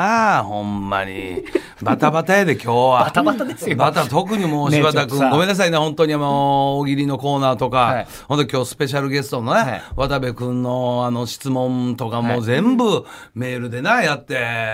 ほんまにバタバタやで今日は。 バタバタですよ。 バタ、特にもう柴田君、ごめんなさいね、本当に大喜利のコーナーとか、本当に今日スペシャルゲストのね、渡部君の質問とかも全部メールでやって、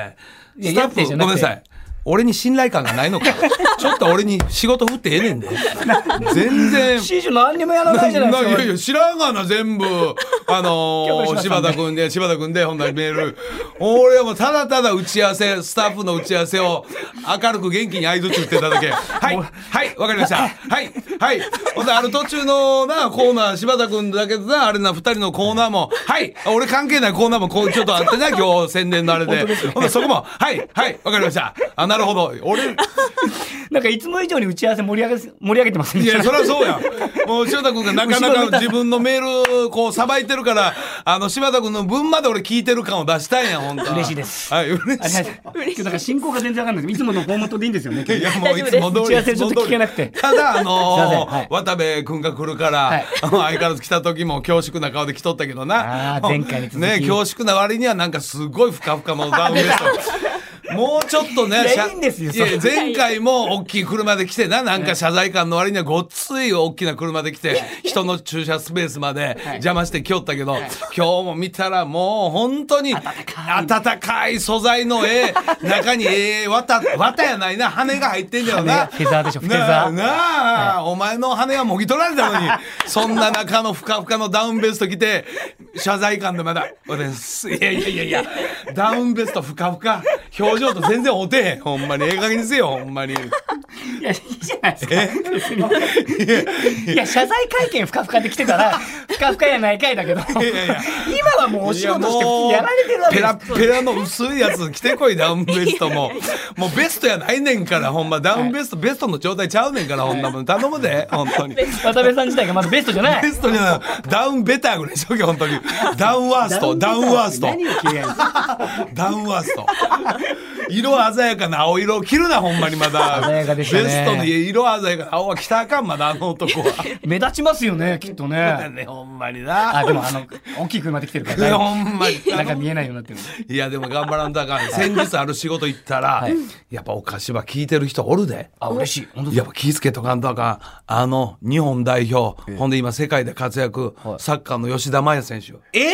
スタッフごめんなさい。俺に信頼感がないのかちょっと俺に仕事振ってええねんで全然指示何にもやらないじゃないですか。 いやいや知らんがな全部柴田君でほんならメール俺はもうただただ打ち合わせスタッフの打ち合わせを明るく元気に相槌打ってただけはいわかりましたはいほんで途中のコーナー柴田君だけどあれ2人のコーナーも俺関係ないコーナーもちょっとあって今日宣伝のあれでほんでそこもわかりましたなるほど俺なんかいつも以上に打ち合わせ盛り上げてますね。 いやそりゃそうやもう柴田君がなかなか自分のメールさばいてるから柴田君の分まで俺聞いてる感を出したんや本当嬉しいです。 はい嬉しい。 だから進行が全然わかんないです。いつものフォーマットでいいんですよね。 いやもういつも通り打ち合わせちょっと聞けなくてただ渡部君が来るから相変わらず来た時も恐縮な顔で来とったけどな前回に続きね恐縮な割にはなんかすごいふかふかのダウンベストもうちょっとねいいんですよ。 前回も大きい車で来てなんか謝罪感の割にはごっつい大きな車で来て人の駐車スペースまで邪魔してきよったけど、今日も見たらもう本当に温かい素材の中に綿やないな羽が入ってんだよな。 フェザーでしょフェザーお前の羽はもぎ取られたのにそんな中のふかふかのダウンベスト着て謝罪感でまだいやダウンベストふかふか表情と全然おてへんほんまにええ加減にせよほんまに。 いやいいじゃないですかいや謝罪会見ふかふかで来てたらふかふかやないかいだけど今はもうお仕事して普通にやられてるわけです。 ペラペラの薄いやつ着てこいダウンベストもうベストやないねんからほんまダウンベスト、ベストの状態ちゃうねんからほんなもん頼むで本当に。 渡部さん自体がまずベストじゃないベストじゃないダウンベターぐらいしとけ本当にダウンワースト何を着れんのダウンワースト色鮮やかな青色を着るなほんまにまだ鮮やかでしたね。 ベストの色鮮やかな青は着たらあかんまだ男は目立ちますよねきっとねほんまにな。 でも大きい車で来てるからほんまになんか見えないようになってる。 いやでも頑張らんとあかん先日ある仕事行ったら、やっぱお菓子は聞いてる人おるで。 嬉しい。 やっぱ気ぃつけとかんとあかん日本代表、ほんで今世界で活躍、サッカーの吉田麻也選手。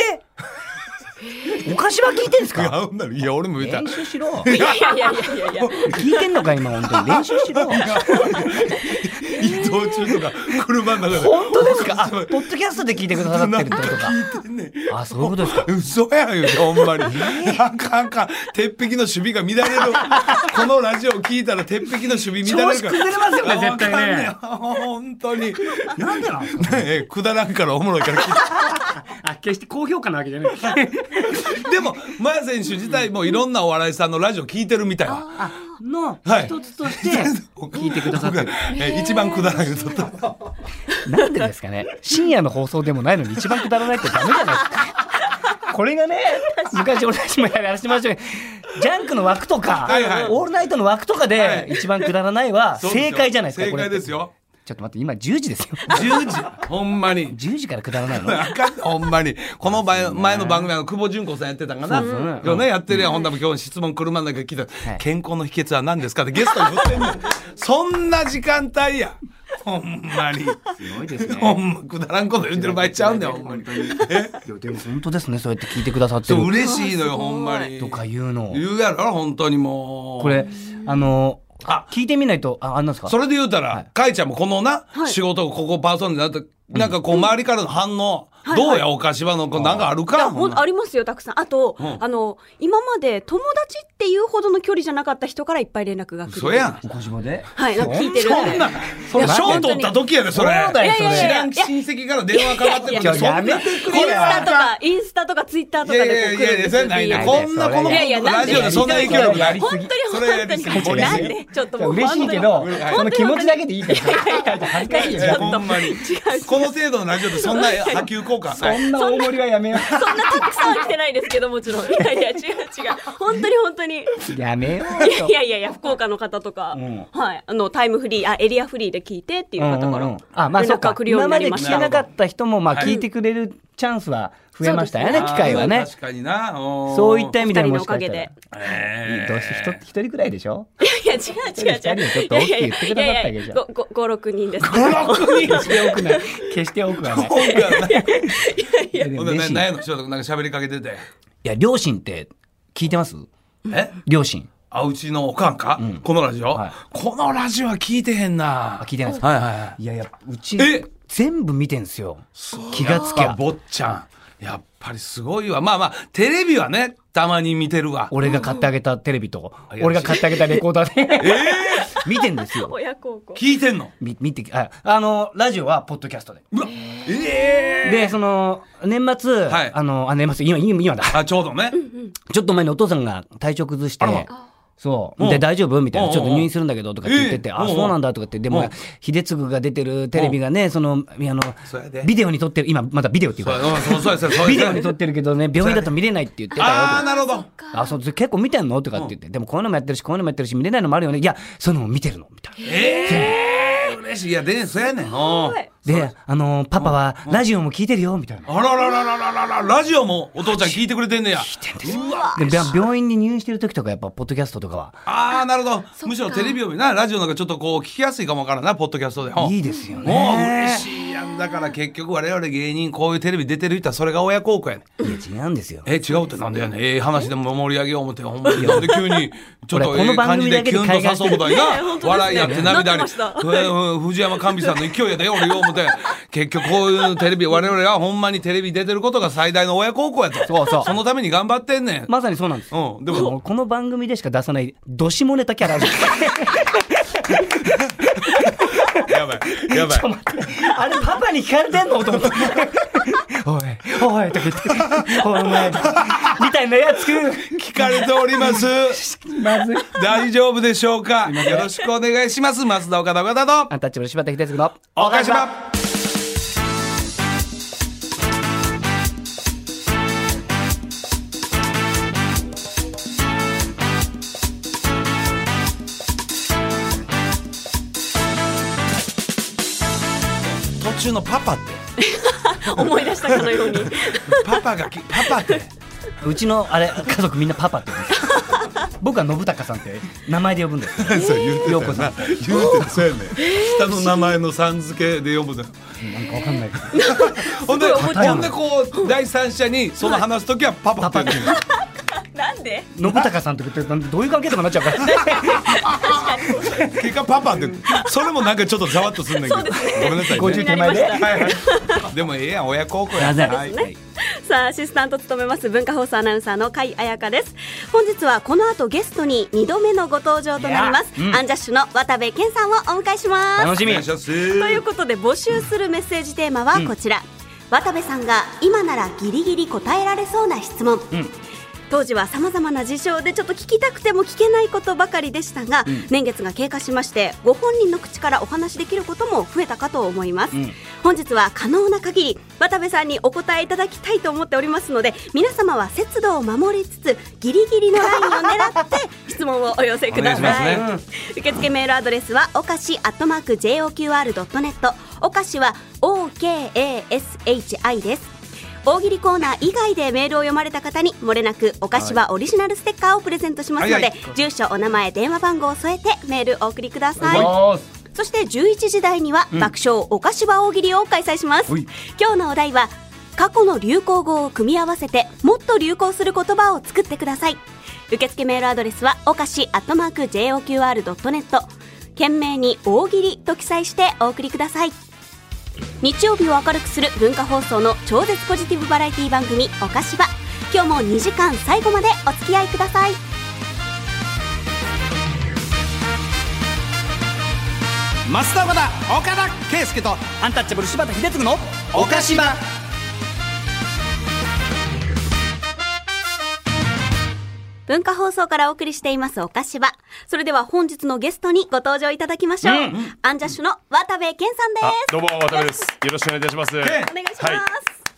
お菓子は聞いてんすか。 いや俺も言った練習しろ。 いや聞いてんのか今本当に練習しろ。 移動中とか車の中で本当ですか。ポッドキャストで聞いてくださってるってことか。 聞いてんねんそういうことですか。 嘘やんよほんまにあかん鉄壁の守備が乱れるこのラジオを聞いたら鉄壁の守備乱れるから調子崩れますよね絶対ね本当になんでなんですかくだらんからおもろいから聞いて決して高評価なわけじゃないでも麻也選手自体もいろんなお笑いさんのラジオ聞いてるみたいなの一つとして聞いてくださってる。 一番くだらないとったなんでですかね。深夜の放送でもないのに一番くだらないってダメじゃないですか。これがね昔俺たちもやらせてもらいましたけどジャンクの枠とか、オールナイトの枠とかで一番くだらないは正解じゃないですか。 正解ですよ。 ちょっと待って今10時ですよ。 10時ほんまに 10時からくだらないのほんまにこの前の番組久保純子さんやってたかな今日ねやってるやん。ほんでも今日質問車の中で聞いた健康の秘訣は何ですかってゲストに振ってんねんそんな時間帯やほんまにすごいですね。 ほんまくだらんこと言ってる場合ちゃうんだよほんまに。 でも本当ですね。そうやって聞いてくださってる。 嬉しいのよほんまにとか言うやろ本当にもうこれ聞いてみないとなんですか。 それで言うたらかいちゃんもこの仕事ここパーソナリティになってなんかこう周りからの反応どうやお菓子場のなんかあるか。 ありますよたくさん。あと今まで友達っていうほどの距離じゃなかった人からいっぱい連絡が来る。 そうやん。 お菓子場でなんか聞いてる。 それ賞取った時やでそれ。 そうだよそれ。 知らん親戚から電話かかってくる。 やめてくれよ。 インスタとかツイッターとかで来るんですよ。 こんなこのラジオでそんな影響力ない。 本当になんでちょっともう嬉しいけどその気持ちだけでいいから。恥ずかしいよ。 ほんまにこの程度のラジオでそんな波及効果。 そんな大盛りはやめよう。 そんなたくさんは来てないですけどもちろん。いや違う本当にやめよう。 いや福岡の方とかタイムフリーエリアフリーで聞いてっていう方から連絡が来るようになりました。 今まで聞けなかった人も聞いてくれるチャンスは増えましたよね、機会はね。 確かにな。 そういった意味ではもしかしたら。 お二人のおかげで。 どうして一人くらいでしょ。 いや違う。 二人でちょっと大きく言ってくださったわけじゃん。 5、6人です。 5、6人決して多くない。決して多くはない。 いやほんで何やの人となんか喋りかけてて。 いや、両親って聞いてます？両親。 うちのおかんか、このラジオ、このラジオは聞いてへんな。 聞いてないです。いやうち全部見てんすよ。気がつきゃ。 坊ちゃんやっぱりすごいわ。まあテレビはねたまに見てるわ。 俺が買ってあげたテレビと俺が買ってあげたレコーダーで見てんですよ。 親孝行聞いてんの？ 見てラジオはポッドキャストで。でその年末年末今だ。 ちょうどね。 ちょっと前にお父さんが体調崩して。そうで大丈夫みたいな、ちょっと入院するんだけどとかって言ってて、そうなんだとかって、でも秀次が出てるテレビがね、そのビデオに撮ってる、今まだビデオっていうかビデオに撮ってるけどね、病院だと見れないって言ってたよ。 なるほど。 そう結構見てんのとかって言って、でもこういうのもやってるしこういうのもやってるし見れないのもあるよね。いやそういうのも見てるのみたいな。 嬉しい。いやでそうやねん。 でパパはラジオも聞いてるよみたいな。 あらラジオもお父ちゃん聞いてくれてんねや。 聞いてんですよ。で病院に入院してる時とかやっぱポッドキャストとかはなるほど。むしろテレビよりなラジオなんかちょっとこう聞きやすいかもわからんな、ポッドキャストで。 いいですよね。 嬉しいやん。だから結局我々芸人こういうテレビ出てる人はそれが親孝行やねん。 いや違うんですよ。 違うってなんでやねん。話でも盛り上げよう思って、ほんまになんで急にちょっと感じでキュンと誘うことにな笑いやって涙に藤山寛美さんの勢いやで俺よ思って、結局こういうテレビ我々はほんまにテレビ出てることが最大の親孝行やと。そのために頑張ってんねん。 まさにそうなんです。でもこの番組でしか出さないどしもネタキャラやばいあれパパに聞かれてんのと思っておいとか言ってお前みたいなやつ聞かれております。 まずい。 大丈夫でしょうか。よろしくお願いします。増田岡田岡田とアンタッチャブル柴田秀嗣の岡島。途中のパパって思い出したかのようにパパってうちの家族みんなパパって言うんです僕は信孝さんって名前で呼ぶんです。 そう言ってたな。そうやね。下の名前のさん付けで呼ぶの。 なんかわかんないけど。 ほんでこう第三者にその話すときはパパって言うの。 なんで信孝さんとかってどういう関係とかなっちゃうから結果パパってそれもなんかちょっとざわっとするんだけど、ごめんなさいね。 50手前ででもやん親孝行や。 さあアシスタント務めます文化放送アナウンサーの甲斐彩香です。本日はこの後ゲストに2度目のご登場となります、アンジャッシュの渡部健さんをお迎えします。 楽しみ。 ということで募集するメッセージテーマはこちら、渡部さんが今ならギリギリ答えられそうな質問、当時はさまざまな事情でちょっと聞きたくても聞けないことばかりでしたが、年月が経過しましてご本人の口からお話しできることも増えたかと思います、本日は可能な限り渡部さんにお答えいただきたいと思っておりますので、皆様は節度を守りつつギリギリのラインを狙って質問をお寄せください。受付メールアドレスはおかし@joqr.net、 おかしは OKASHI です。大喜利コーナー以外でメールを読まれた方にもれなくお菓子はオリジナルステッカーをプレゼントしますので、住所お名前電話番号を添えてメールお送りください。そして11時台には爆笑お菓子は大喜利を開催します、今日のお題は過去の流行語を組み合わせてもっと流行する言葉を作ってください。受付メールアドレスはおかし@joqr.net、 懸命に大喜利と記載してお送りください。日曜日を明るくする文化放送の超絶ポジティブバラエティ番組おかしば、今日も2時間最後までお付き合いください。 増田岡田岡田圭佑とアンタッチャブル柴田秀嗣のおかしば。 文化放送からお送りしていますおかしば。それでは本日のゲストにご登場いただきましょう、アンジャッシュの渡部健さんです。 どうも渡部です。よろしくお願いいたします。お願いします、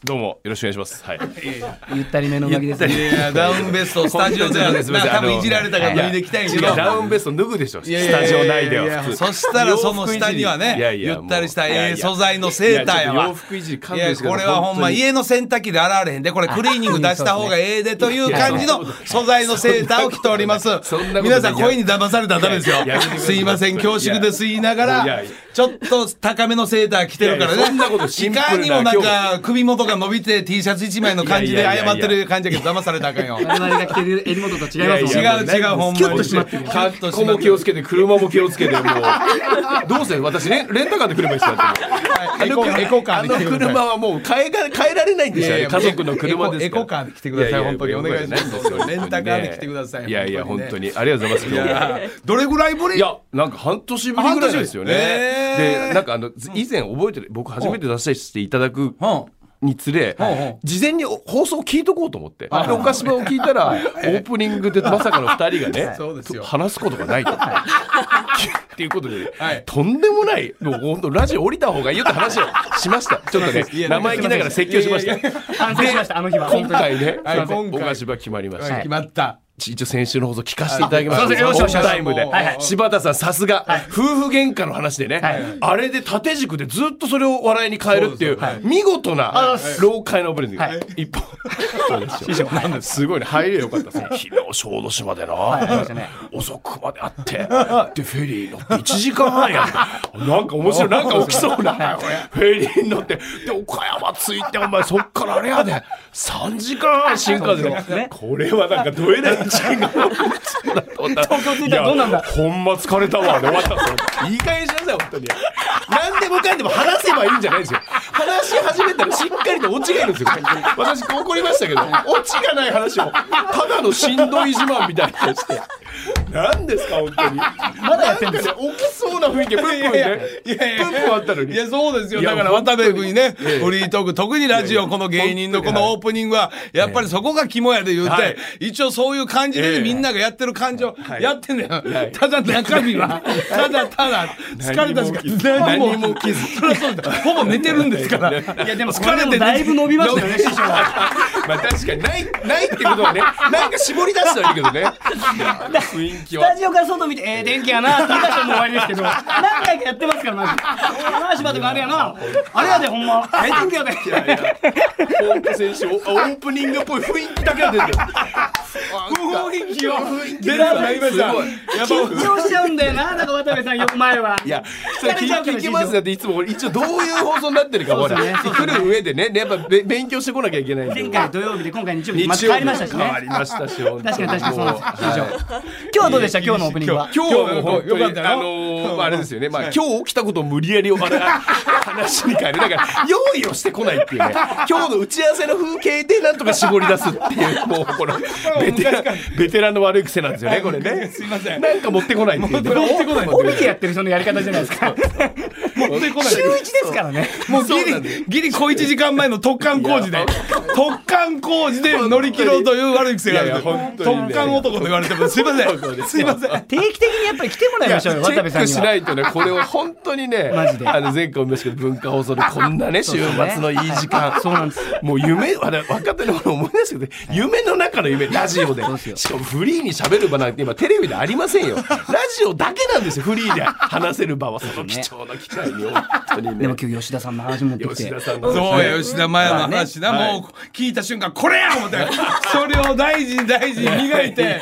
どうもよろしくお願いします。はい。 ゆったりめの上着ですね。 いやダウンベストスタジオでは多分いじられたから脱いできたいんけど、 ダウンベスト脱ぐでしょスタジオ内では普通。 そしたらその下にはねゆったりした素材のセーターやわ。 洋服維持勘弁してください。 これはほんま家の洗濯機で洗われへんで、これクリーニング出した方がええでという感じの素材のセーターを着ております。皆さん声に騙されたらダメですよ。すいません恐縮です言いながらちょっと高めのセーター着てるからね。いかにもなんか首元が伸びて T シャツ1枚の感じで謝ってる感じだけど騙されたらあかんよ。 我々が着てる襟元と違いますもん。 違うほんまに。 キュッとしまってる。 カットも気をつけて車も気をつけてもうどうせ私ねレンタカーで車にしたってエコカーで来てください。車はもう変えられないんですよね。家族の車ですから。 エコカーで来てください。本当にお願いします。レンタカーで来てください。 いや本当にありがとうございます。 どれぐらいぶり？ いやなんか半年ぶりぐらいですよね。でなんか以前覚えてる僕初めて出させていただくにつれ事前に放送を聞いとこうと思っておかしばを聞いたらオープニングでまさかの2人がね話すことがないとっていうことでとんでもないもう本当ラジオ降りた方がいいよって話をしました。ちょっとね生意気ながら説教しました。 反省しました。あの日は今回ねおかしば決まりました。 決まった。 一応先週の放送聞かせていただきました。オンタイムで柴田さんさすが夫婦喧嘩の話でねあれで縦軸でずっとそれを笑いに変えるっていう見事な老快なオープニング一本すごいね入りよかったです。昨日小豆島でな遅くまで会ってでフェリー乗って1時間半やってなんか面白いなんか起きそうなフェリーに乗ってで岡山着いてお前そっからあれやで3時間半新幹線これはなんかどえらい東京着いたらどうなんだ。 ほんま疲れたわで終わったんですよ。いい加減しなさい本当に。何でもかんでも話せばいいんじゃないですよ。話し始めたらしっかりとオチがいるんですよ。私怒りましたけどオチがない話をただのしんどい自慢みたいなして何ですか本当に。まだやってんですよ。起きそうな雰囲気プンプンねプンプンあったのに。 いやそうですよ。だから渡部君にねフリートーク特にラジオこの芸人のこのオープニングはやっぱりそこが肝やで言って一応そういう感じでみんながやってる感情やってんだよ。ただ中身はただ疲れたしか何も起きずほぼ寝てるんですから。 いやでもこれでもだいぶ伸びましたよね師匠は。 まあ確かにないってことはねなんか絞り出してはいるけどね雰囲気は。 スタジオから外見て電気やなって言った人も終わりですけど何回かやってますからマジで。柴田君あれやなあれやでほんま天気やで。 本当選手オープニングっぽい雰囲気だけは出てる。 雰囲気は出なくなりました。 緊張しちゃうんだよな。なんか渡部さんよく前はいやそれ聞きますだっていつも一応どういう放送になってるかほら来る上でねやっぱ勉強してこなきゃいけないんで。 前回土曜日で今回日曜日また変わりましたしね。 変わりましたし確かにそうなんです。今日はどうでした今日のオープニングは。 今日は本当にあれですよね。まあ今日起きたことを無理やり話に変えるだから用意をしてこないっていうね。今日の打ち合わせの風景でなんとか絞り出すっていうもうこのベテランの悪い癖なんですよねこれね。 すいませんなんか持ってこないっていう。 オリケやってる人のやり方じゃないですか。 持ってこない。 週1ですからね。 もうギリ小1時間前の突貫工事で乗り切ろうという悪い癖がある。突貫男と言われてもすいません定期的にやっぱり来てもらいましょうよ渡部さんには。 チェックしないとねこれを本当にねマジで前回も言いましたけど文化放送でこんなね週末のいい時間そうなんです。 もう夢若手の頃思い出してくれ夢の中の夢ラジオでしかもフリーに喋る場なんて今テレビでありませんよ。ラジオだけなんですよフリーで話せる場は。その貴重な機会に本当にね。 でも今日吉田さんの話持ってきて吉田さんのそうや吉田麻也の話なもう聞いた瞬間これや思ってそれを大事に磨いて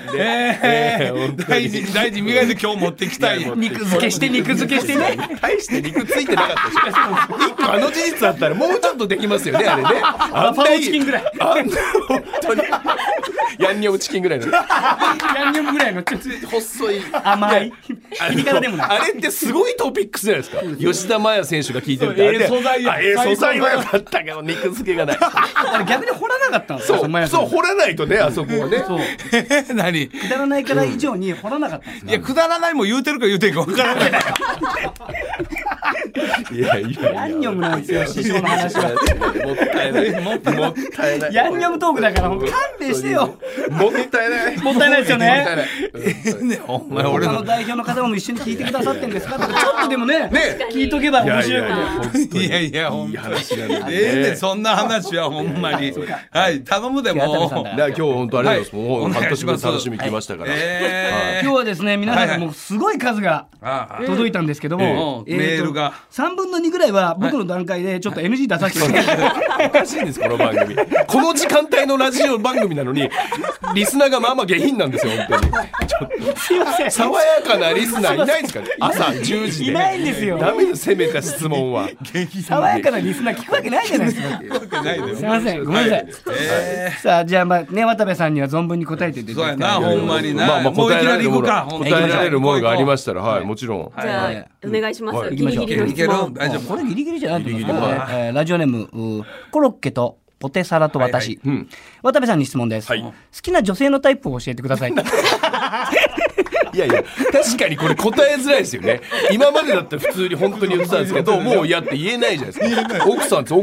大事に磨いて今日持ってきたい。 肉付けしてね大して肉ついてなかったし1個事実あったらもうちょっとできますよねあれね。 バファローチキンぐらい本当にヤンニョムチキンぐらいのヤンニョムぐらいのちょっと細い甘い切り方でもない。 あれってすごいトピックスじゃないですか。吉田麻也選手が聞いてるってあれで素材はよかったけど肉付けがない。 あれ逆に掘らなかったんですよ。 そう掘らないとねあそこはね。 何くだらないから以上に掘らなかったんです。 いやくだらないも言うてるか言うてるか分からないやヤンニョムなんですよ師匠の話は。 もったいないヤンニョムトークだから勘弁してよ。 もったいないもったいないですよね。 お前俺の他の代表の方も一緒に聞いてくださってんですかとかちょっとでもね聞いとけば面白いから。 いやいやいい話なんだねそんな話はほんまにはい今日本当ありがとうございます。もう半年分楽しみきましたから。 今日はですね皆さんもうすごい数が届いたんですけども、 メールが 3分の2ぐらいは僕の段階でちょっと NG 出させていただいておかしいんですこの番組。この時間帯のラジオ番組なのにリスナーがまあまあ下品なんですよ本当に。ちょっとすいません爽やかなリスナーいないですかね。朝10時でいないんですよ。 ダメです攻めた質問は。 爽やかなリスナー聞くわけないじゃないですか。すいませんごめんなさい。さあじゃあね渡部さんには存分に答えていただきたい。 そうやなほんまにな。 まあもういきなり行くか。 答えられるものがありましたらはいもちろん。 じゃあお願いします。 行きましょう。 ギリギリの質問。 これギリギリじゃないと思いますね。ラジオネームコロッケとポテサラと私。渡部さんに質問です。好きな女性のタイプを教えてください。 いやいや確かにこれ答えづらいですよね。今までだったら普通に本当に言ってたんですけどもう嫌って言えないじゃないですか。奥さん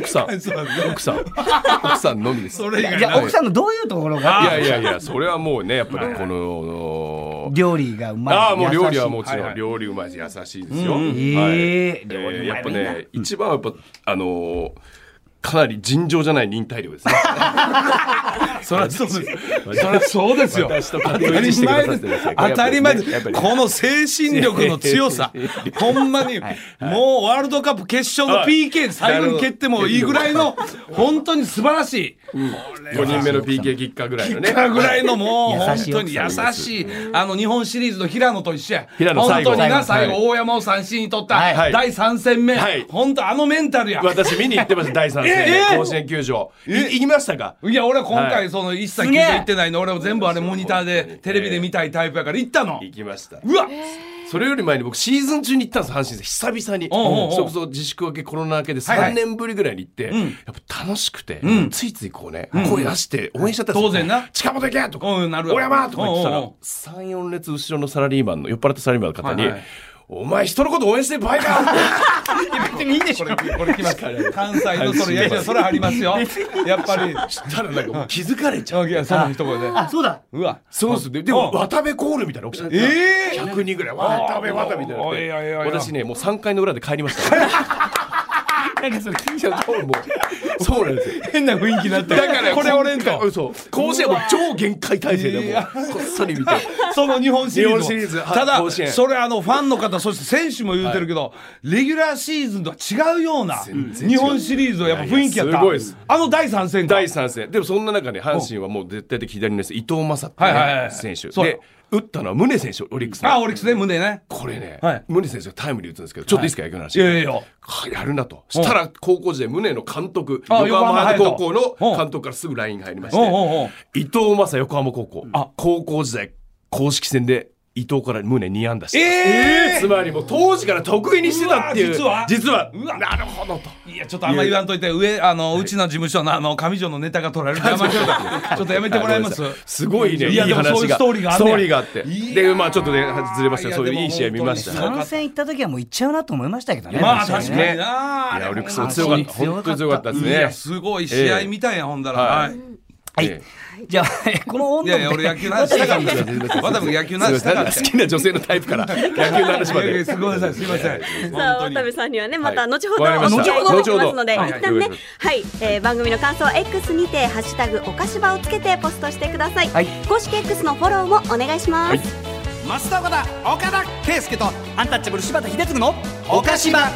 のみです。 それ以外じゃあ奥さんのどういうところが。 いやそれはもうねやっぱりこの料理がうまい。 ああもう料理はもちろん料理うまいし優しいですよ。やっぱね一番はやっぱかなり尋常じゃない忍耐力ですね。 そりゃそうです。そりゃそうですよ。当たり前です。当たり前です。この精神力の強さ、ほんまにもうワールドカップ決勝の PK で最後に蹴ってもいいぐらいの本当に素晴らしい。 5人目の PK キッカーぐらいのね。 キッカーぐらいのもう本当に優しい。日本シリーズの平野と一緒や。本当にな最後大山を三振に取った第3戦目。本当メンタルや。 私見に行ってました第3戦。甲子園球場行きましたか。 いや俺は今回その一切球場行ってないの。俺は全部あれモニターでテレビで見たいタイプやから行ったの。 行きました。 うわそれより前に僕シーズン中に行ったんです阪神で久々に。それこそ自粛明けコロナ明けで3年ぶりぐらいに行ってやっぱ楽しくてついついこうね声出して応援しちゃったんですよ。 当然な近本行けとか大山とか言ってたら 3,4 列後ろのサラリーマンの酔っ払ったサラリーマンの方にお前人のこと応援してる場合か。 別にいいでしょ。 これ来ますから。関西のそれいやそれありますよ。やっぱりしたらなんかもう気づかれちゃう。 いやその一言で。 あそうだ。 うわそうですでも渡部コールみたいな起きちゃって。100人ぐらい渡部みたいな。私ねもう3階の裏で帰りました。 なんかそれ聞いちゃうともうそうなんですよ。 変な雰囲気になってだからこれ俺んとそう甲子園も超限界態勢でもうこっそり見てその日本シリーズただそれファンの方そして選手も言うてるけどレギュラーシーズンとは違うような日本シリーズはやっぱ雰囲気やった。 すごいです。 第3戦か。 第3戦でもそんな中で阪神はもう絶対的左の伊藤正って選手で打ったのは宗選手オリックスの。 オリックスね宗ね。 これね宗選手がタイムリー打つんですけどちょっといいですか野球の話。やるなとしたら高校時代宗の監督横浜ハート高校の監督からすぐ LINE が入りまして伊藤正横浜高校高校時代公式戦で伊藤から宗2安打してつまりもう当時から得意にしてたっていう実はなるほどと。 いやちょっとあんま言わんといてうちの事務所の上条のネタが取られるちょっとやめてもらいます。 すごいねいい話がそういうストーリーがあってでまあちょっとねずれましたけどそういういい試合見ました。 参戦行った時はもう行っちゃうなと思いましたけどね。 まあ確かにね。いやオリックスも強かった本当に強かったですね。 いやすごい試合みたいやほんだら。 はいじゃあこの温度で俺野球の話したかった渡部野球の話したかった。 好きな女性のタイプから野球の話まで。 ごめんなさいすいません。 さあ渡部さんにはねまた後ほどお聞きますので一旦ね番組の感想は X にてハッシュタグおかしばをつけてポストしてください。公式 X のフォローもお願いします。 増田岡田岡田圭佑とアンタッチャブル柴田秀嗣のおかしば。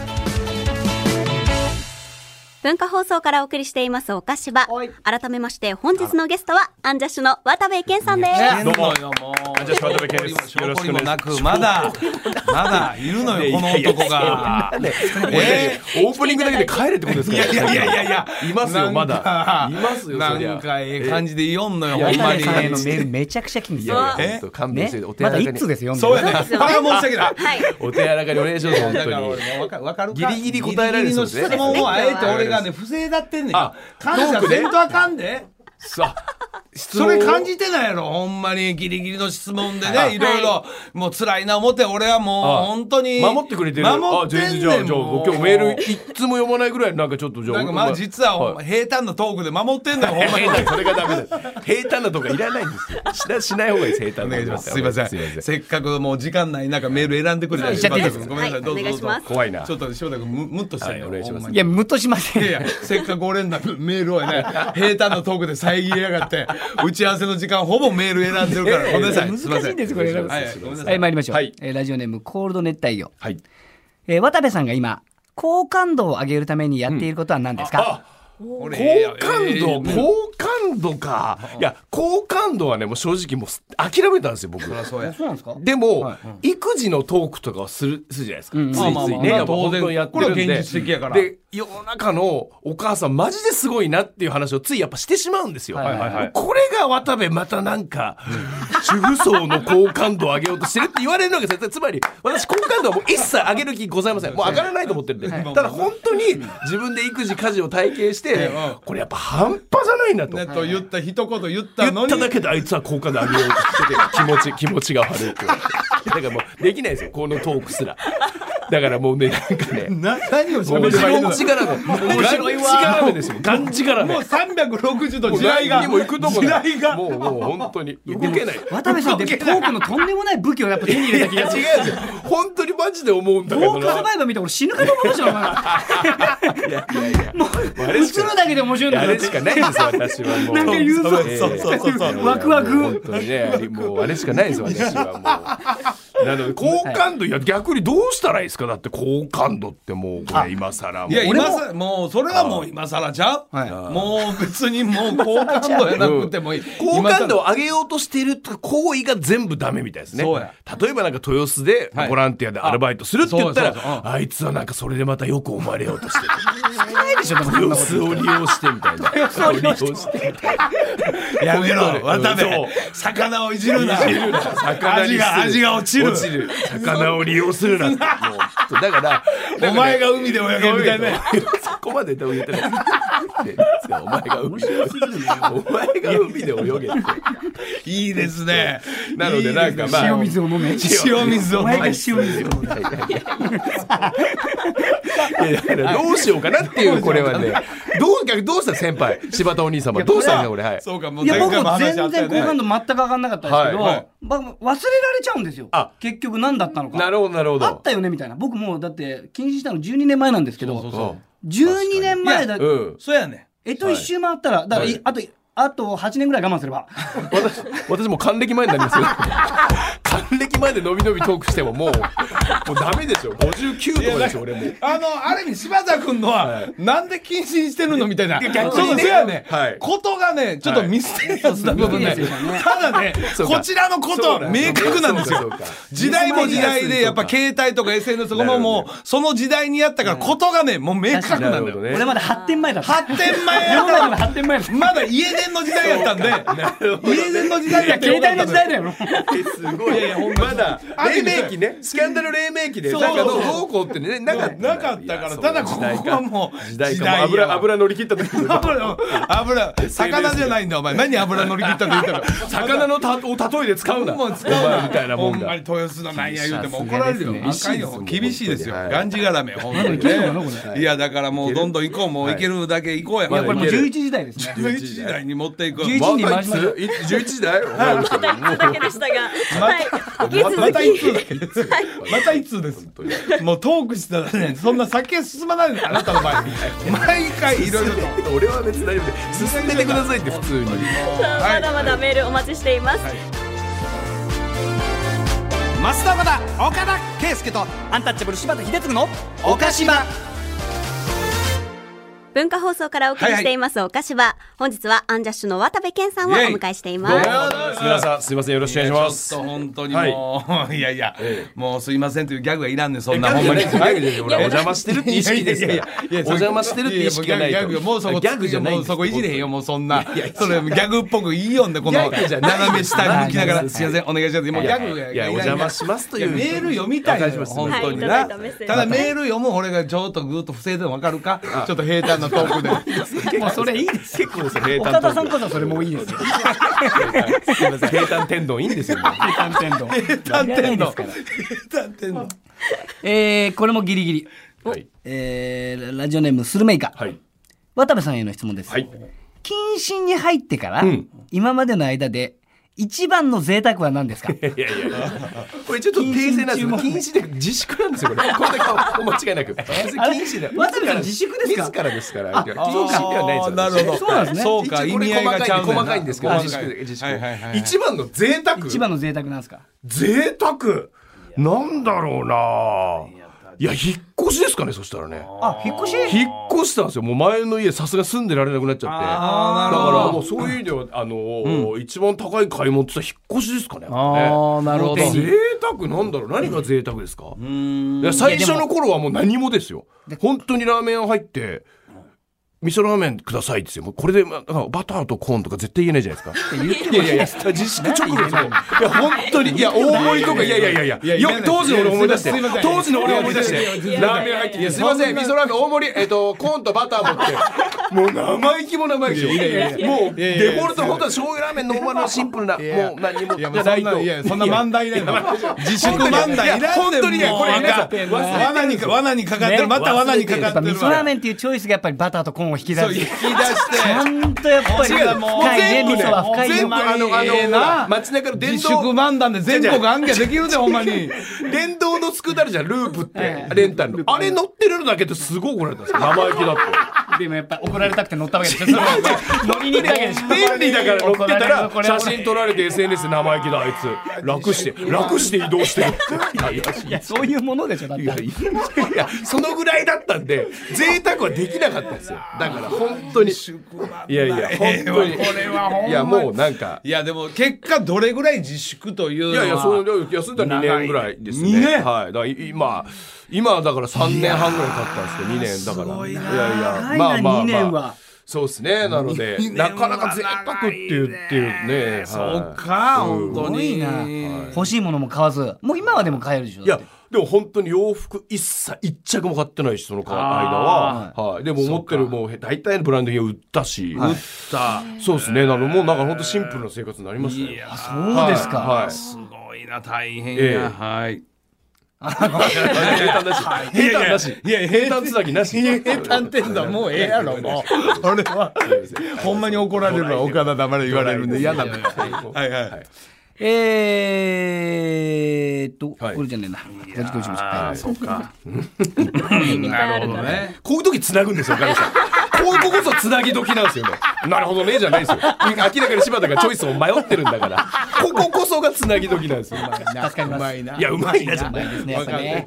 文化放送からお送りしていますおかしば。改めまして本日のゲストはアンジャッシュの渡部健さんです。 どうもアンジャッシュ渡部健です。よろしくお願いします。 まだいるのよこの男が。 オープニングだけで帰れってことですか。 いやいますよまだいますよ。 なんか感じで言おんのよほんまに。 渡部さんへのメールめちゃくちゃ気にしてる。 勘弁してお手まだ柔らかに。 1通ですよ。 そうやね。申し訳ない。 お手柔らかにお願いします本当に。ギリギリ答えられるそうですね。 質問をあえて俺がね不正だってんねん。感謝せんとあかんで。 さあそれ感じてないやろほんまにギリギリの質問でねいろいろもう辛いな思って俺はもう本当に守ってくれてる。 守ってんねん。 じゃあ今日メールいつも読まないぐらいなんかちょっとじゃあなんかまあ実は平坦なトークで守ってんのよほんまに。 それがダメだ。平坦なとかいらないんですよ。しない方がいいです。平坦な。 お願いします。すいません。せっかくもう時間ない中メール選んでくれた柴田君ごめんなさいどうぞどうぞ。 怖いな。 ちょっと柴田君ムッとしてる。 お願いします。 いやムッとしません。 いやせっかく俺のメールをね平坦なトークで遮りやがって打ち合わせの時間ほぼメール選んでるからごめんなさい。 難しいんですこれ。はい参りましょう。ラジオネームコールド熱帯魚。 はい。 渡部さんが今好感度を上げるためにやっていることは何ですか？ 好感度か。いや好感度はねもう正直もう諦めたんですよ僕。 そうなんですか？ でも育児のトークとかをするじゃないですか。ついついねやっぱ本当にやってるんで。 これは現実的やから。 で世の中のお母さんマジですごいなっていう話をついやっぱしてしまうんですよ。これが渡部またなんか主婦層の好感度を上げようとしてるって言われるわけですよ。つまり私好感度はもう一切上げる気ございません。もう上がらないと思ってるんで。ただ本当に自分で育児家事を体験してこれやっぱ半端じゃないなと。 言った一言言ったのに言っただけであいつは好感度上げようとしてて気持ちが悪いって。だからもうできないですよこのトークすら。だからもうねなんかね何を喋ればいいの？ がんじがらめですよ。がんじがらめ。 もう360度時代がにも行くとこ時代がもう本当に動けない。 渡部さんってトークのとんでもない武器をやっぱ手に入れた気がする。 違うんですよ。本当にマジで思うんだけどな。 トークサバイバー見て俺死ぬかと思いましたよ。 いやもう映るだけで面白いんだあれしかないんですよ私はもう。 なんか言うぞ。 そうワクワク。 本当にねもうあれしかないですよ私はもう。なので好感度いや逆にどうしたらいいですか。だって好感度ってもうこれ今更いや今更もうそれはもう今更ちゃう。もう別にもう好感度やなくてもいい。 好感度を上げようとしている行為が全部ダメみたいですね。例えばなんか豊洲でボランティアでアルバイトするって言ったらあいつはなんかそれでまたよく思われようとしてる。 ないでしょでも豊洲を利用してみたいな。豊洲を利用してみたいな。 やめろ渡部魚をいじるな。味が落ちる。 魚を利用するな。もうだからお前が海で泳げみたいな。 そこまで言ってない。お前が海で泳げって。 いいですね。 なのでなんかまあ塩水を飲め。 塩水を飲め。 お前が塩水を飲め。 どうしようかなっていうこれはね。どうした先輩柴田お兄様どうしたんですかこれ。 そうかもういや僕も全然好感度全く上がんなかったですけど、忘れられちゃうんですよ。結局何だったのか。 なるほどなるほど。 あったよねみたいな。僕もうだって禁止したの12年前なんですけど、12年前だ。 そうやね。 一周回ったらだからあと8年ぐらい我慢すれば。 私も還暦前になりますよ。還暦前で伸び伸びトークしてももうダメでしょ。59とかでしょ俺も。 ある意味柴田君のはなんで謹慎してるのみたいな。そうやね。ことがねちょっとミステリアスな部分ね。ただねこちらのことは明確なんですよ。時代も時代でやっぱ携帯とか SNS とかもその時代にやったからことがねもう明確なんだよ。 俺まだ発展前だった。 発展前やったら発展前まだ家電の時代やったんで家電の時代やった携帯の時代だよ。 すごい。まだ黎明期ねスキャンダル黎明期でなんかどうこうってねなかったからただここはもう時代油乗り切った時油魚じゃないんだお前何油乗り切ったって言ったら魚の例えで使うなもう使うなみたいなもんだ。 豊洲のなんや言うても怒られるよ。厳しいですよ。がんじがらめ本当にね。いやだからもうどんどん行こうもう行けるだけ行こうや。 いやこれもう11時台ですね。 11時台に持っていく。 11時に回しましょう。 11時台だけでしたがまた一通だけですまた一通です。もうトークしたらねそんな先へ進まないのあなたの前に毎回いろいろと俺は別に大丈夫で進んでてくださいって普通に。 まだまだメールお待ちしています。 増田岡田岡田圭佑とアンタッチャブル柴田秀嗣の岡島。 文化放送からお送りしていますおかしば。本日はアンジャッシュの渡部健さんをお迎えしています。 皆さんすいませんよろしくお願いします。 ちょっと本当にもういやいやもうすいませんというギャグがいらんねんそんなほんまに。 お邪魔してるって意識ですから。お邪魔してるって意識がないと。 ギャグもうそこギャグじゃないそこいじれへんよもうそんなそれギャグっぽくいいよんでこの斜め下向きながらすいませんお願いします。もうギャグがいやお邪魔しますというメール読みたい本当にな。ただメール読む俺がちょっとぐーっと不正でもわかるかちょっと平坦なトークで。 もうそれいいです。 結構ですね。 岡田さんこそそれもういいですよ。 すみません。平坦天丼いいんですよ。 平坦天丼。 平坦天丼。平坦天丼。 これもギリギリ。 はい。 ラジオネームスルメイカ。 はい。 渡部さんへの質問です。 はい。 謹慎に入ってから、今までの間で一番の贅沢は何ですか？ いやこれちょっと訂正なんですよ。禁止で自粛なんですよこれ。これだけお間違いなく。禁止で。 渡部さん自粛ですか？ 自らですから。禁止ではないですよ。 なるほど。 そうなんですね。 そうか、意味合いがちゃうねんな。 細かいんですけど自粛。一番の贅沢。 一番の贅沢なんですか？ 贅沢なんだろうな。いや引っ越しですかね。そしたらね。 引っ越し？ 引っ越したんですよ。もう前の家さすが住んでられなくなっちゃって。だからもうそういう意味では一番高い買い物って言ったら引っ越しですかね。 なるほど。 贅沢なんだろう。何が贅沢ですか？最初の頃はもう何もですよ。本当にラーメン屋入って味噌ラーメンくださいですよ。もうこれでバターとコーンとか絶対言えないじゃないですか。いや自粛直後ですよ。いや本当に大盛りとかいやよく当時の俺思い出してラーメン入ってすいません味噌ラーメン大盛りコーンとバター持ってもう生意気も生意気でしょ。もうデフォルト本当は醤油ラーメンノーマルのシンプルなもう何もじゃないと。 いやそんな漫談いないの。自粛漫談いない。 本当にねこれ罠にかかってる。また罠にかかってる。 味噌ラーメンっていうチョイスがやっぱりバターとコーン引き出してちゃんとやっぱり深いね。味噌は深いよ。 全部街中の電動自粛漫談で全国暗記できるでほんまに。 電動のスクーターあるじゃんループってレンタルのあれ乗ってるのだけで、すごい怒られたんですよ生意気だって。 でもやっぱ怒られたくて乗ったわけですよ。乗りに行ったわけでしょ。 便利だから乗ってたら写真撮られて SNS で生意気だあいつ楽して移動してるって。 いやそういうものでしょ。だっていやそのぐらいだったんで贅沢はできなかったんですよ。だから本当にいや本当にこれはほんまにいやもうなんかいやでも結果どれぐらい自粛というのは。 いやそう休んだ2年ぐらいですね。 2年はい。だから今だから3年半ぐらい経ったんですけど2年だから。いや 2年はそうですね。なのでなかなか贅沢って言ってね。 そうか本当に欲しいものも買わずもう今はでも買えるでしょ。 いやでも本当に洋服一着も買ってないしその間は、でも持ってるもう大体のブランド品を売ったし、そうですね。もうなんか本当シンプルな生活になりましたね。 いやそうですか。 すごいな大変や。はい平坦なし平坦つなぎなし平坦天丼もうええやろもう俺はほんまに怒られるわ岡田黙れ言われるんで嫌なんだ。はいはいこれじゃねえな。 そうか。なるほどね。 こういう時つなぐんですよ、岡田さん。ここそつなぎ時なんですよね。なるほどねじゃないですよ。明らかに柴田がチョイスを迷ってるんだから。こここそがつなぎ時なんですよ。 確かにうまいな。 いやうまいなじゃない。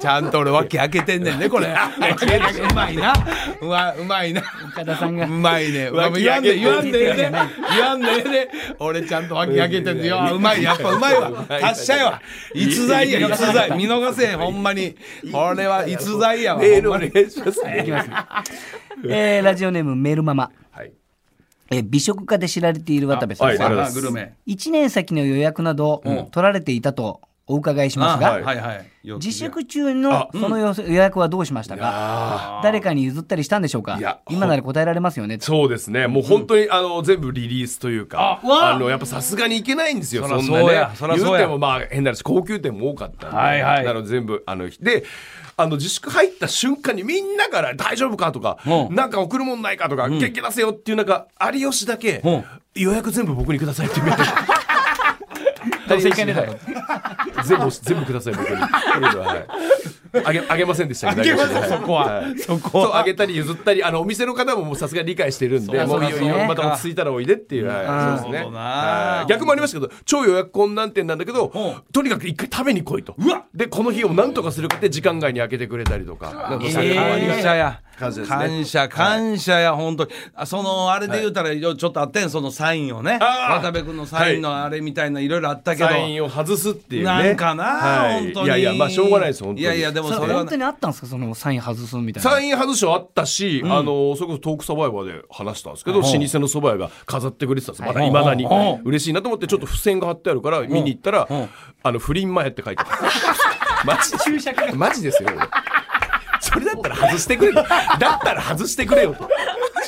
ちゃんと俺脇開けてんねんねこれ。うまいな。うまいな。 岡田さんがうまいね。言わんでね。俺ちゃんと脇開けてんねん。うまいやっぱうまいわ。達者やわ。逸材や逸材。見逃せんほんまに。これは逸材やわ。 メールお願いします。 いきます。ラジオネームメルママ。美食家で知られている渡部さん。1年先の予約など取られていたとお伺いしますが、自粛中のその予約はどうしましたか？誰かに譲ったりしたんでしょうか？今なら答えられますよね。 そうですね。もう本当に全部リリースというか、やっぱさすがにいけないんですよ。そんなね。言うてもまあ変な話高級店も多かったんで、なので全部で。自粛入った瞬間にみんなから大丈夫かとか、なんか送るもんないかとか、元気出せよっていうなんか有吉だけ予約全部僕にくださいって言ってどうせいけねえだろ。 全部ください僕に。あげませんでしたけど。 あげませんそこは。 そうあげたり譲ったりお店の方もさすがに理解してるんで、もうまた落ち着いたらおいでっていう。そうですね。逆もありましたけど超予約困難店なんだけどとにかく一回食べに来いと。でこの日を何とかするかって時間外に開けてくれたりとか。 感謝や。感謝や本当に。あれで言うたらちょっとあってんそのサインをね。渡部君のサインのあれみたいないろいろあったけど。 サインを外すっていうね。 なんかな本当に。 いやまあしょうがないです本当に。 いやでもそれは本当にあったんですかそのサイン外すみたいな。 サイン外しはあったし、それこそトークサバイバーで話したんですけど、老舗の蕎麦屋が飾ってくれてたんです。まだ未だに嬉しいなと思ってちょっと付箋が貼ってあるから見に行ったら不倫前って書いてある。マジですよ。それだったら外してくれよ。だったら外してくれよと。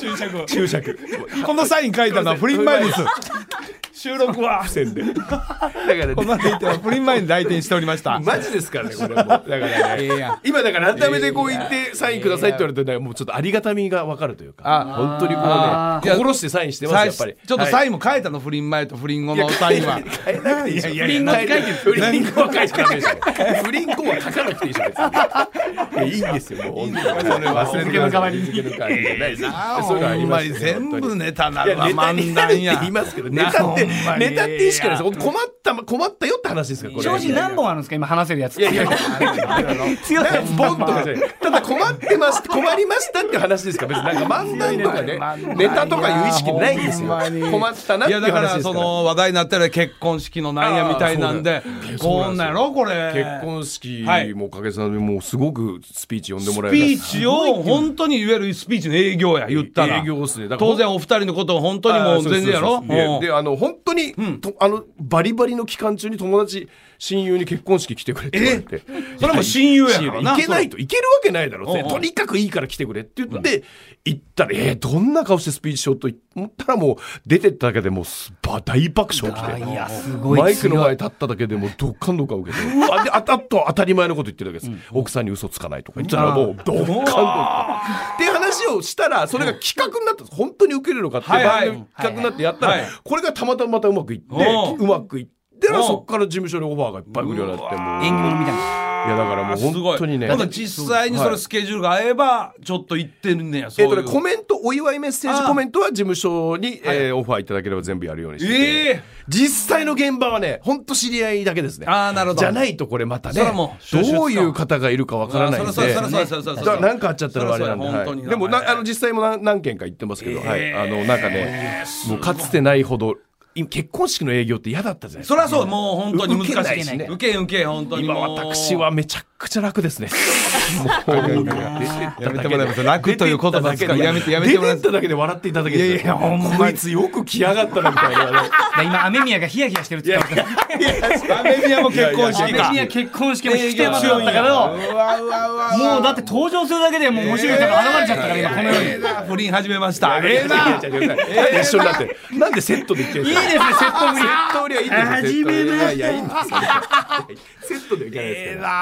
注釈このサイン書いたのは不倫前です。収録は付箋でだからこの相手は不倫前に来店しておりました。 マジですからねこれもだからね今だから改めてこう言ってサインくださいって言われてもうちょっとありがたみが分かるというか本当にこうね心してサインしてますやっぱり。 ちょっとサインも変えたの不倫前と不倫後のサインは変えなくていいでしょ。不倫後は書いてダメでしょ。不倫後は書かなくていいでしょ。いいんですよもう忘れての代わりにそういうのありますよ。 全部ネタなるわ漫談や。 言いますけどネタっていいしかないです。困ったよって話ですからこれ。 正直何本あるんですか今話せるやつ。 いや強いボンとかじゃない。ただ困りましたっていう話ですから別になんか漫談とかねネタとかいう意識ないんですよ。困ったなっていう話ですから。いやだからその話題になったら結婚式のなんやみたいなんでこんなんやろこれ。 結婚式もおかげさまでもうすごくスピーチ読んでもらえる。 スピーチを本当にいわゆるスピーチの営業や言ったら。 営業ですね。 当然お二人のことを本当にもう全然やろ。 で本当にバリバリの期間中に友達親友に結婚式来てくれって言われてそれはもう親友やからな。 行けないといけるわけないだろってとにかくいいから来てくれって言って行ったらどんな顔してスピーチしようと思ったらもう出てっただけでもう大爆笑来てマイクの前立っただけでもうどっかんどっか受けてあと当たり前のこと言ってるだけです。奥さんに嘘つかないとか言ったらもうどっかんどっかっていう話をしたらそれが企画になった本当に受けるのかって番組企画になってやったらこれがたまたままたうまくいってそっから事務所にオファーがいっぱい来るようになってもう演技物みたいな。 いやだからもう本当にね実際にそれスケジュールが合えばちょっと行ってるんねや。 コメントお祝いメッセージコメントは事務所にオファーいただければ全部やるようにしてて実際の現場はね本当知り合いだけですね。 なるほど。 じゃないとこれまたねどういう方がいるかわからないんで何かあっちゃったらあれなんででも実際も何件か行ってますけどなんかねもうかつてないほど結婚式の営業って嫌だったじゃないですか。 そりゃそうもう本当に難しいしね。 受け本当に今私はめちゃくちゃ楽ですね。 やめてもらいます。楽ということだけやめてもらいます。 出てっただけで笑っていただける。いやこいつよく来やがったなみたいな。 今雨宮がヒヤヒヤしてるって言ってた。 雨宮も結婚式か。 雨宮結婚式も来てますだったけどもうだって登場するだけでもう面白い人が現れちゃったから今このように不倫始めました。 一緒になってなんでセットで行ってるんですか。 いいですねセット売りはいいんですよ。 初めまして。 いやいいんですよ。セットでいかないですから。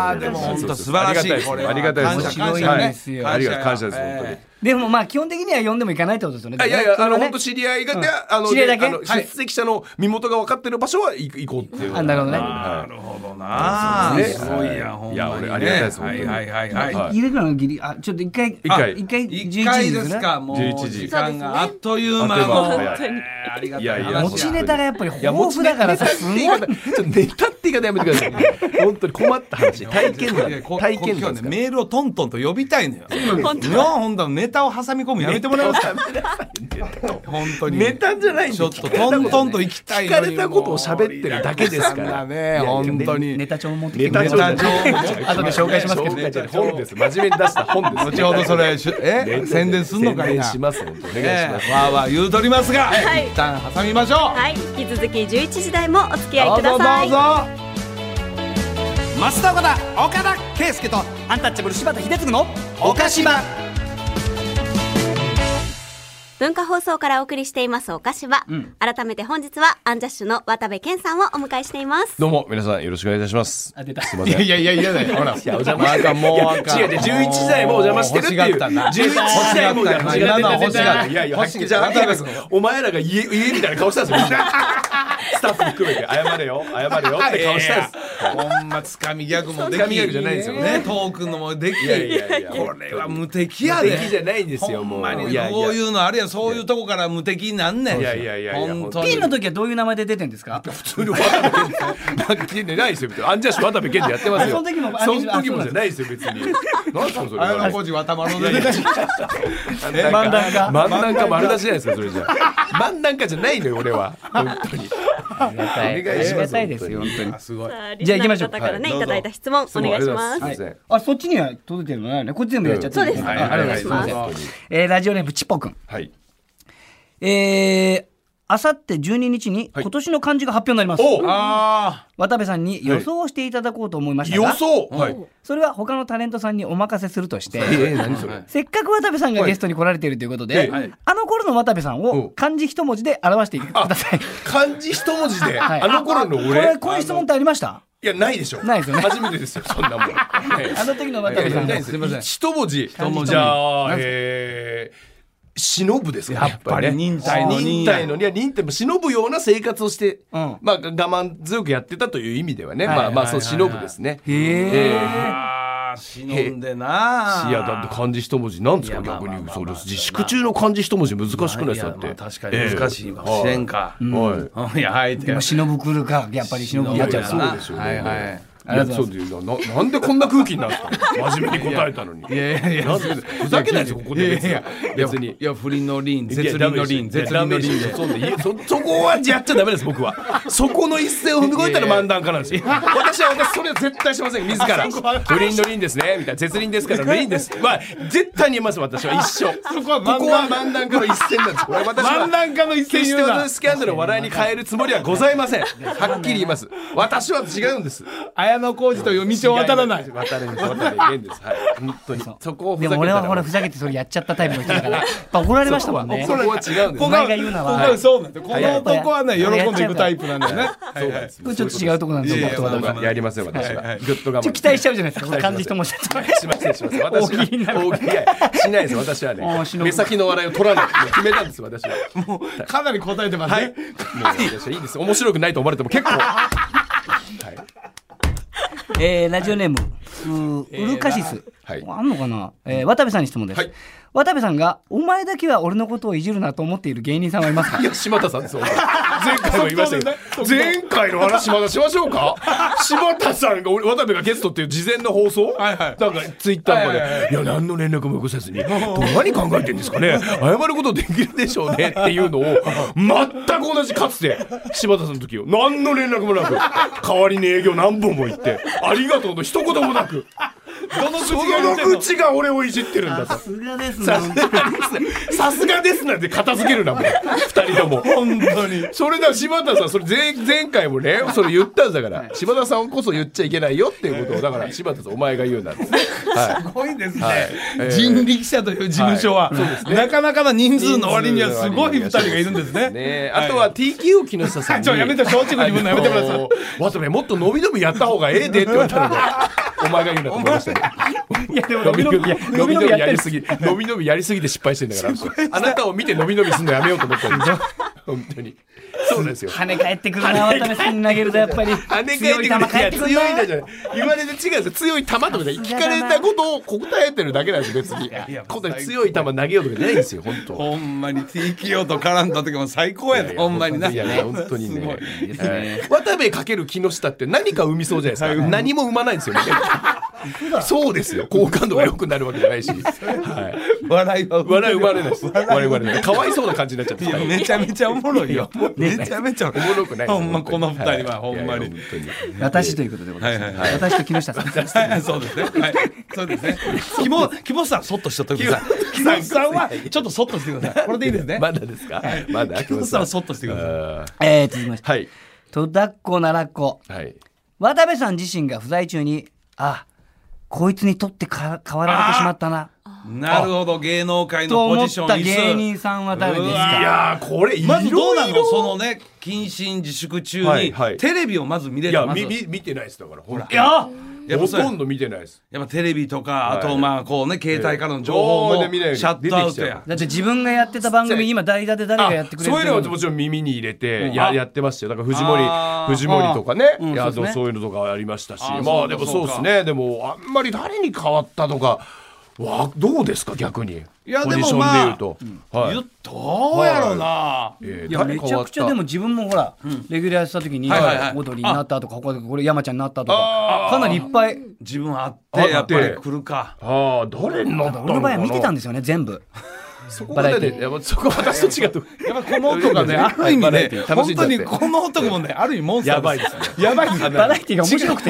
でも本当素晴らしい。 ありがたいです。 面白いですよ。 ありがとう感謝です本当に。 でもまあ基本的には呼んでも行かないってことですよね。 いや本当知り合いが知り合いだけ出席者の身元が分かってる場所は行こうっていう。 なるほどね。 なるほどな。すごいやほんまに。いや俺ありがたいです本当に。 イレギュラーのギリちょっと一回11時ですか。もう 11時時間があっという間の。 ありがたい。持ちネタがやっぱり豊富だからさすごい。 ネタって言い方やめてください。本当に困った話体験談ですから。 メールをトントンと呼びたいのよ。本当ネタを挟み込むやめてもらえますか。本当にネタじゃないんでちょっとトントンと行きたい。 聞かれたことを喋ってるだけですからね。本当にネタ帳持ってきて。 ネタ帳後で紹介しますけど。 本です。真面目に出した本です。 後ほどそれ宣伝すんのかいな。 します。お願いします。 わーわー言うとりますが一旦挟みましょう。 はい引き続き11時台もお付き合いください。 どうぞ。 増田岡田岡田圭佑とアンタッチャブル柴田秀嗣の岡島。 文化放送からお送りしていますおかしば、改めて本日はアンジャッシュの渡部健さんをお迎えしています。 どうも皆さんよろしくお願いいたします。 出た。 すいません。 いやだよほら。 お邪魔してもう違う11時台もお邪魔してるっていう11時台もお邪魔してる。いやじゃあお前らが家みたいな顔したんですよ。スタッフ含めて謝れよって顔したんです。 ほんまつかみギャグもできつかみギャグじゃないんですよね。トークのもでき。これは無敵やで。 無敵じゃないんですよもう。 こういうのあるやんそういうとこから無敵になんねん。 いや本当に。 ピンの時はどういう名前で出てんですか。 普通に渡部健なんか聞いてないですよ。アンジャッシュ渡部健でやってますよ。 その時もじゃないですよ別に。なんすかそれ。 綾小路渡丸の出て漫談家丸出しじゃないですかそれじゃ。漫談家じゃないのよ俺は本当に。 ありがたいですよ本当に。 すごい。 じゃあ行きましょう。方からねいただいた質問お願いします。 あそっちには届いてるのないね。こっち全部やっちゃって。 そうです。 ありがとうございます。ラジオネームちっぽくん。 はい。 あさって12日に今年の漢字が発表になります。渡部さんに予想をしていただこうと思いましたが、 予想、 それは他のタレントさんにお任せするとして、せっかく渡部さんがゲストに来られているということで、あの頃の渡部さんを漢字一文字で表してください。 漢字一文字で、あの頃の俺、 こういう質問ってありました？ いや、ないでしょ。 ないですよね。 初めてですよ、そんなもん。あの時の渡部さんが。 すみません。 一文字。じゃあ、忍ぶですか、 やっぱり忍耐の忍耐のには忍耐も忍ぶような生活をして、まあ我慢強くやってたという意味ではね、まあそう忍ぶですね。 忍んでな。 いやだって漢字一文字なんですか、逆に。そうです。自粛中の漢字一文字難しくないですかって。 確かに難しいかもしれんか。 いや、はい。でも忍ぶ来るか、やっぱり忍ぶになっちゃうから。 そうですよね。なんでこんな空気になるんですか。真面目に答えたのに。いやふざけないですよ、ここで別に。 いや、不倫の倫、絶倫の倫、絶倫の倫で。 そこはやっちゃダメです、僕は。そこの一線を踏み越えたら漫談家なんですよ。私それは絶対しません、自ら。不倫の倫ですね、みたいな。絶倫ですから倫です。絶対に言います、私は一生。ここは漫談家の一線なんです。 漫談家の一線。 決して私スキャンダルを笑いに変えるつもりはございません。はっきり言います。私は違うんです。 綾小路という道を渡らない。 渡るんです。本当に。そこをでも俺はほらふざけてそれやっちゃったタイプの人だから、やっぱ怒られましたもんね。 そこは違うんです。 お前が言うのは。 そうなんです。この男はね、喜んでいくタイプなんだよね。 そうなんです。ちょっと違うところなんですよ。僕とはやりません、私は。グッと我慢。 期待しちゃうじゃないですか。漢字一文字。 しません。私は大喜利しないです。私はね。目先の笑いを取らない。決めたんです、私は。 もうかなり答えてますね。 もう私はいいです。面白くないと思われても結構。 ラジオネームウルカシス、あんのかな。渡部さんに質問です。渡部さんがお前だけは俺のことをいじるなと思っている芸人さんはいますか？ いや、柴田さんです。前回も言いましたけど、前回の話まだしましょうか。柴田さんが渡部がゲストっていう事前の放送、なんかツイッターとかで、いや何の連絡もよこせずに何考えてんですかね、謝ることできるでしょうねっていうのを全く同じかつて柴田さんの時を何の連絡もなく代わりに営業何本も行ってありがとうの一言もなく、どの口が俺をいじってるんだと。 さすがですね。 さすがですなんて片付けるな、もう二人とも。 本当に。 それだ、柴田さん、それ前回もね、それ言ったんだから、柴田さんこそ言っちゃいけないよっていうことを、だから柴田さんお前が言うなんですね。 すごいですね。人力車という事務所はなかなかの人数の割にはすごい二人がいるんですね。 あとは TKO 木下さんに。 やめて、松竹に分のやめてください。 渡部もっと伸び伸びやった方がええでって言われたので、お前が言うなと思いましたね。 いやでも伸び伸びやりすぎ、 伸び伸びやりすぎて失敗してんだから。あなたを見て伸び伸びするのやめようと思ったんですよ。本当に。そうですよ。 跳ね返ってくるな、渡部さんに投げるとやっぱり。 跳ね返ってくる。強いんだじゃない。言われて違うんですよ。強い球とかで聞かれたことを答えてるだけなんです別に。強い球投げようとかないんですよ本当。 ほんまに TKO と絡んだ時も最高やね。ほんまにな。 いや本当にね。渡部かける木下って何か生みそうじゃないですか。何も生まないんですよね。そうですよ。好感度が良くなるわけじゃないし。 笑い生まれないです。我々かわいそうな感じになっちゃって。 めちゃめちゃおもろいよ。めちゃめちゃおもろくない。 ほんまこの二人はほんまに。 私ということでございます。私と木下さん。 そうですね。そうですね。木下さんそっとしとってください。木下さんはちょっとそっとしてください。これでいいですね。 まだですか。まだ。 木下さんはそっとしてください。 続きまして。戸田っ子奈良子。渡部さん自身が不在中に、こいつにとって変わられてしまったな。 なるほど、芸能界のポジションと思った芸人さんは誰ですか？ いやこれまずどうなの、そのね、謹慎自粛中にテレビをまず見れる。 見てないです。だからほら、 ほとんど見てないです。 やっぱテレビとか、あとこうね、携帯からの情報もシャットアウトや。 だって自分がやってた番組今代打で誰がやってくれる？ そういうのはもちろん耳に入れてやってましたよ。だから藤森とかね、そういうのとかありましたし、まあでもそうですね。でもあんまり誰に変わったとかどうですか逆に。 いやでもどうやろうな。 いやめちゃくちゃでも自分もほらレギュラーした時にオドリーになったとかこれ山ちゃんになったとかかなりいっぱい自分あってやっぱり来るか。 誰になったのかな。 俺の場合は見てたんですよね全部。 そこがね、そこ私と違う。 やっぱこの音がね、ある意味ね、本当にこの音もね、ある意味モンスターやばいですね。 やばいです。 バラエティが面白くて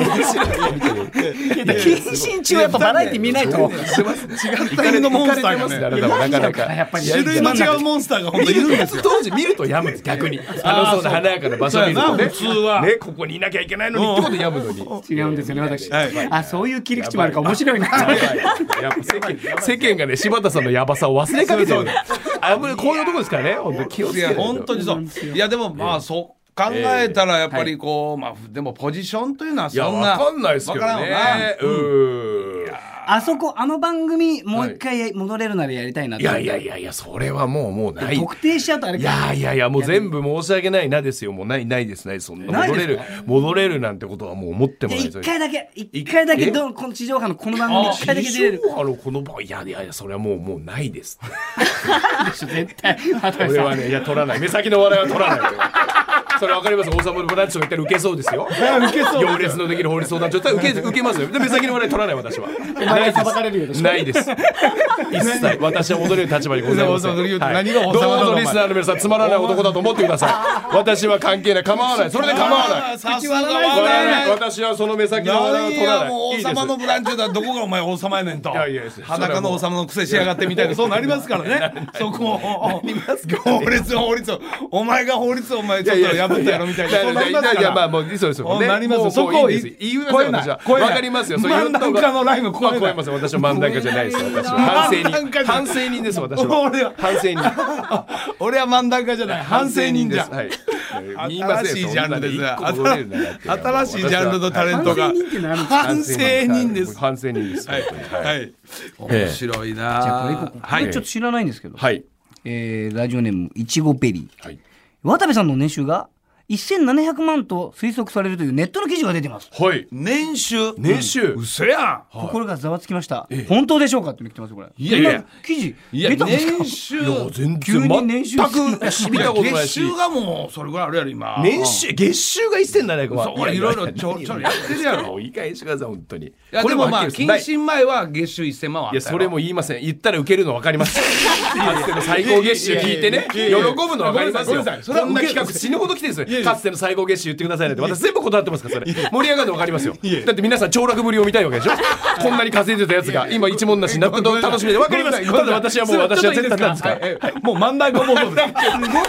謹慎中はやっぱバラエティ見ないと違った意味のモンスターがね、 なかなかやっぱり種類の違うモンスターが本当いるんですよ。 当時見ると病むんです、逆に。そうな華やかな場所見るとね、 普通はね、ここにいなきゃいけないのにってことで病むのに。 違うんですよね、私。あ、そういう切り口もあるから面白いな。 やっぱ世間がね、柴田さんのヤバさを忘れかけてる。こういうとこですからね、本当に気をつけて。 本当にそう。いやでもまあそう考えたらやっぱりこうまあでもポジションというのはそんな分かんないですけどね。 あそこあの番組もう一回戻れるならやりたいなって。 いやそれはもうない。 特定しちゃうとあれか。 いやもう全部申し訳ないなですよ。もうないですね。そんな戻れるなんてことはもう思ってもない。 一回だけこの地上波のこの番組一回だけ出れる。 この番いやそれはもうないです。 絶対。 俺はね取らない。目先の笑いは取らない。それわかります。王様のブランチとか言ったら受けそうですよ。行列のできる法律相談所って受けますよ。で目先の笑い取らない私は。ないです。一切私は戻れる立場にございません。どうぞリスナーの皆さんつまらない男だと思ってください。私は関係ない、構わない。それで構わない。私はその目先の笑いを取らない。 王様のブランチだどこがお前王様やねんと。裸の王様の癖しやがってみたいなそうなりますからね。そこを法律お前が法律をお前ちょっと破ったやろみたいなそうなりますから。いやまあもうそうですよね。なりますよ。そこを言いますよ私は。わかりますよ。漫談家のラインを超えます。 私は漫談家じゃないです。私は反省人です。私は反省人。 俺は漫談家じゃない反省人じゃ。新しいジャンルです。新しいジャンルのタレントが反省人です。 反省人です。はい。 面白いな。 じゃあこれちょっと知らないんですけど。ラジオネームいちごベリー。渡部さんの年収が1700万と推測されるというネットの記事が出てます。 はい。 年収嘘やん。 心がざわつきました。本当でしょうかって来てますこれ。 いや記事出たんですか。年収全急に年収全く見たことないし。月収がもうそれぐらいあるやろ今。 月収が1700万。 そういろいろちょやってるやろ。 いい加減してください本当に。 これもまあ謹慎前は月収1000万はあった。 いやそれも言いません。言ったら受けるの分かります。かつての最高月収聞いてね喜ぶの分かりますよ。こんな企画死ぬほど来てるんですよ。かつての最高月収言ってくださいねって私全部断ってますからそれ盛り上がるの分かりますよ。だって皆さん凋落ぶりを見たいわけでしょ。こんなに稼いでたやつが今一文なしになって楽しみで分かります。ただ私は絶対なんですか。 もう漫談家モードです。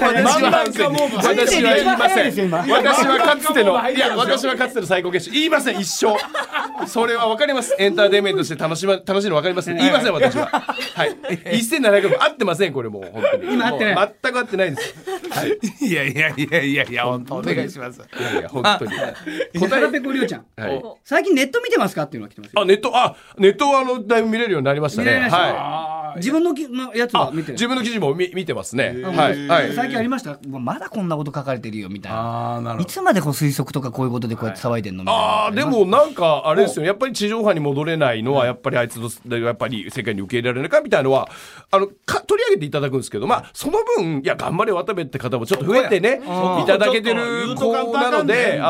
私は言いません。私はかつての最高月収言いません一生。それは分かります。エンターテインメントとして楽しいの分かります。言いません私は。はい1700万合ってませんこれもう本当に今合ってない全く合ってないです。 いや本当お願いします。 いや本当に。 答えペコリオちゃん。最近ネット見てますかっていうのが来てます。 ネットはだいぶ見れるようになりましたね。はい。 自分のやつは見てる。 自分の記事も見てますね。 はい。最近ありました。まだこんなこと書かれてるよみたいな。いつまでこう推測とかこういうことでこうやって騒いでんのみたいな。 でもなんかあれですよ。やっぱり地上波に戻れないのはやっぱりあいつのやっぱり世界に受け入れられないかみたいなのは取り上げていただくんですけど、まあその分いや頑張れ渡部って方もちょっと増えてねいただけてる子なので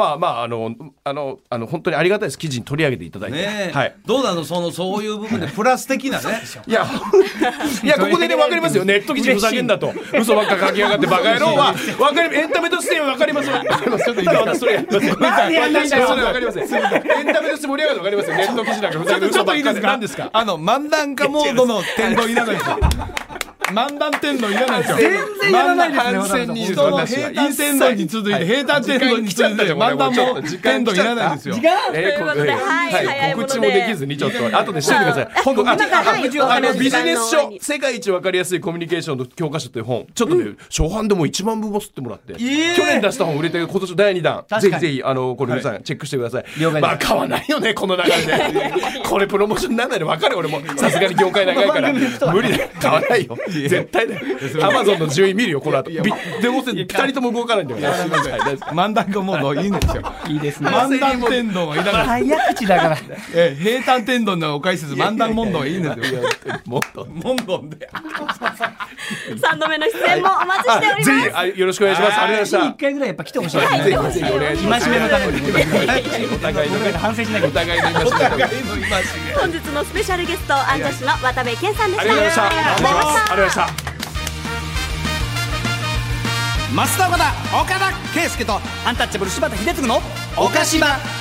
本当にありがたいです。記事に取り上げていただいて。はい。 どうなのそういう部分でプラス的なね。 いやここでね分かりますよ。ネット記事ふざけんだと嘘ばっか書きやがってバカ野郎は分かりエンタメとして分かりますよ。ただ私それやりません。私はそれ分かりません。エンタメとして盛り上がるの分かりますよ。ネット記事なんかふざけて嘘ばっかで何ですか。 漫談家モードの天道いらないですよ。漫談天皇いらないですよ。 全然いらないですね。 人の平坦天皇に続いて平坦天皇に続いて漫談も天皇いらないですよ。 告知もできずにちょっと後でしといてください。本当ビジネス書世界一わかりやすいコミュニケーションの教科書という本ちょっとね初版でも1万部も吸ってもらって去年出した本売れて今年第2弾ぜひこれ皆さんチェックしてください。まあ買わないよねこの流れで。これプロモーションにならないで分かる。俺もさすがに業界長いから無理だよ買わないよ。絶対だよ。アマゾンの順位見るよこの後。でも2人とも動かないんだよ。 漫談家モードいいんですよ。 いいですね。 漫談天皇はいらない。 早口だから。 平坦天皇のお解説漫談問答はいいんですよ。問答で。 3度目の出演もお待ちしております。 ぜひよろしくお願いします。ありがとうございました。 1回ぐらいやっぱ来てほしい。 ぜひお願いします。 戒めのためにお互いの反省しなきゃ。 お互いの本日のスペシャルゲストアンジャッシュの渡部健さんでした。 ありがとうございました。 ました。 増田岡田岡田圭佑とアンタッチャブル柴田秀嗣の岡島